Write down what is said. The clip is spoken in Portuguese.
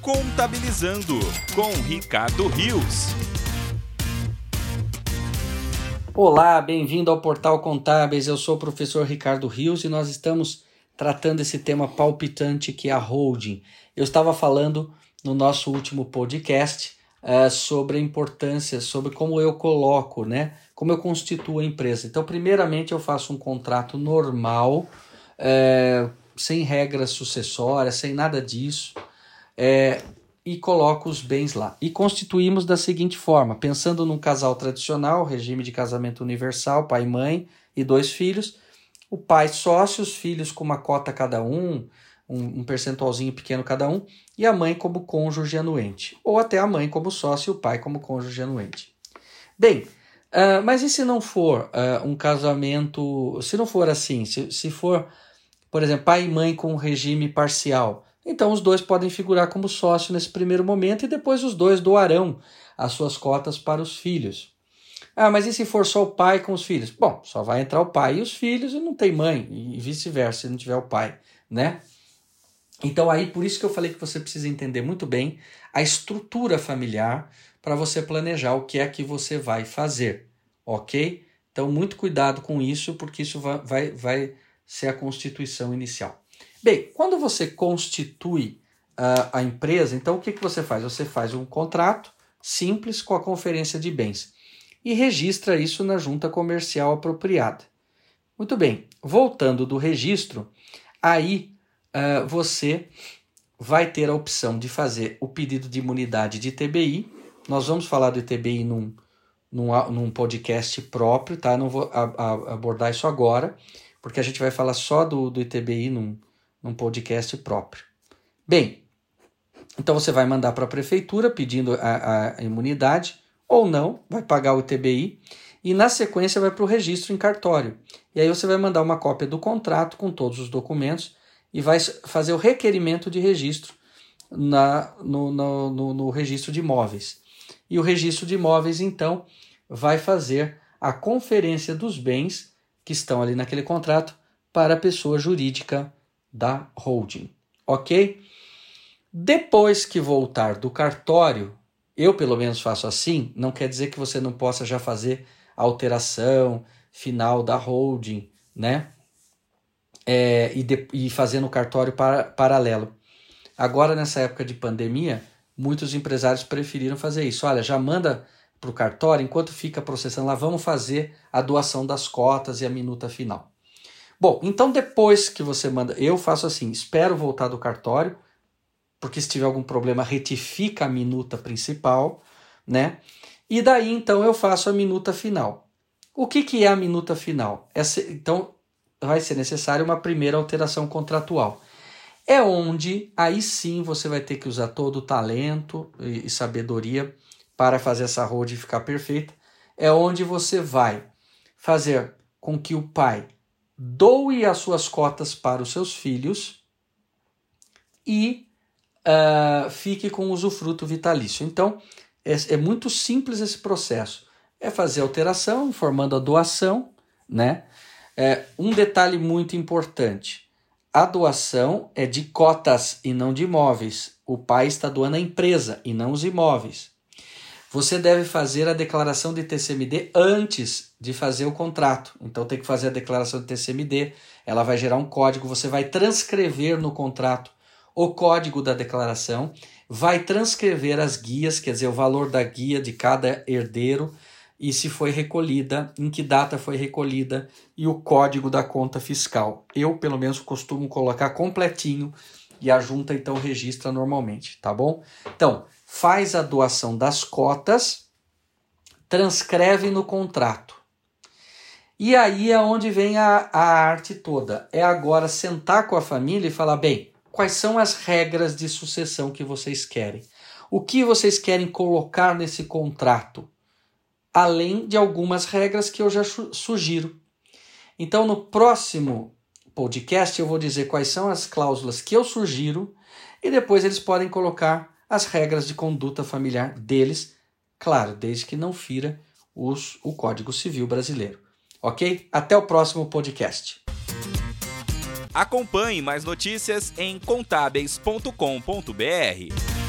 Contabilizando com Ricardo Rios. Olá, bem-vindo ao Portal Contábeis. Eu sou o professor Ricardo Rios e nós estamos tratando esse tema palpitante que é a holding. Eu estava falando no nosso último podcast sobre a importância, sobre como eu coloco, como eu constituo a empresa. Então, primeiramente, eu faço um contrato normal, sem regras sucessórias, sem nada disso, e coloco os bens lá. E constituímos da seguinte forma, pensando num casal tradicional, regime de casamento universal, pai e mãe e 2 filhos, o pai sócio, os filhos com uma cota cada um percentualzinho pequeno cada um, e a mãe como cônjuge anuente, ou até a mãe como sócio e o pai como cônjuge anuente. Bem, mas e se não for um casamento, se não for assim, se for, por exemplo, pai e mãe com regime parcial, então os dois podem figurar como sócio nesse primeiro momento e depois os dois doarão as suas cotas para os filhos. Mas e se for só o pai com os filhos? Bom, só vai entrar o pai e os filhos e não tem mãe, e vice-versa, se não tiver o pai, Então aí, por isso que eu falei que você precisa entender muito bem a estrutura familiar para você planejar o que é que você vai fazer, ok? Então, muito cuidado com isso, porque isso vai ser a constituição inicial. Bem, quando você constitui a empresa, então o que você faz? Você faz um contrato simples com a conferência de bens e registra isso na junta comercial apropriada. Muito bem, voltando do registro, aí você vai ter a opção de fazer o pedido de imunidade de ITBI. Nós vamos falar do ITBI num podcast próprio, tá? Não vou abordar isso agora, porque a gente vai falar só do ITBI num podcast próprio. Bem, então você vai mandar para a prefeitura pedindo a imunidade, ou não, vai pagar o ITBI, e na sequência vai para o registro em cartório. E aí você vai mandar uma cópia do contrato com todos os documentos e vai fazer o requerimento de registro no registro de imóveis. E o registro de imóveis, então, vai fazer a conferência dos bens que estão ali naquele contrato para a pessoa jurídica da holding, ok? Depois que voltar do cartório, eu pelo menos faço assim, não quer dizer que você não possa já fazer a alteração final da holding, e fazer no cartório paralelo. Agora, nessa época de pandemia, muitos empresários preferiram fazer isso. Olha, já manda para o cartório, enquanto fica processando lá, vamos fazer a doação das cotas e a minuta final. Bom, então depois que você manda, eu faço assim, espero voltar do cartório, porque se tiver algum problema, retifica a minuta principal, E daí, então, eu faço a minuta final. O que é a minuta final? Então, vai ser necessária uma primeira alteração contratual. É onde, aí sim, você vai ter que usar todo o talento e sabedoria para fazer essa holding ficar perfeita. É onde você vai fazer com que o pai doe as suas cotas para os seus filhos e fique com o usufruto vitalício. Então, é muito simples esse processo. É fazer a alteração, informando a doação, um detalhe muito importante. A doação é de cotas e não de imóveis. O pai está doando a empresa e não os imóveis. Você deve fazer a declaração de TCMD antes de fazer o contrato. Então tem que fazer a declaração de TCMD, ela vai gerar um código, você vai transcrever no contrato o código da declaração, vai transcrever as guias, quer dizer, o valor da guia de cada herdeiro, e se foi recolhida, em que data foi recolhida e o código da conta fiscal. Eu, pelo menos, costumo colocar completinho e a junta, então, registra normalmente, tá bom? Então, faz a doação das cotas, transcreve no contrato. E aí é onde vem a arte toda. É agora sentar com a família e falar, bem, quais são as regras de sucessão que vocês querem? O que vocês querem colocar nesse contrato? Além de algumas regras que eu já sugiro. Então, no próximo podcast, eu vou dizer quais são as cláusulas que eu sugiro e depois eles podem colocar as regras de conduta familiar deles, claro, desde que não fira o Código Civil brasileiro. Ok? Até o próximo podcast. Acompanhe mais notícias em contábeis.com.br.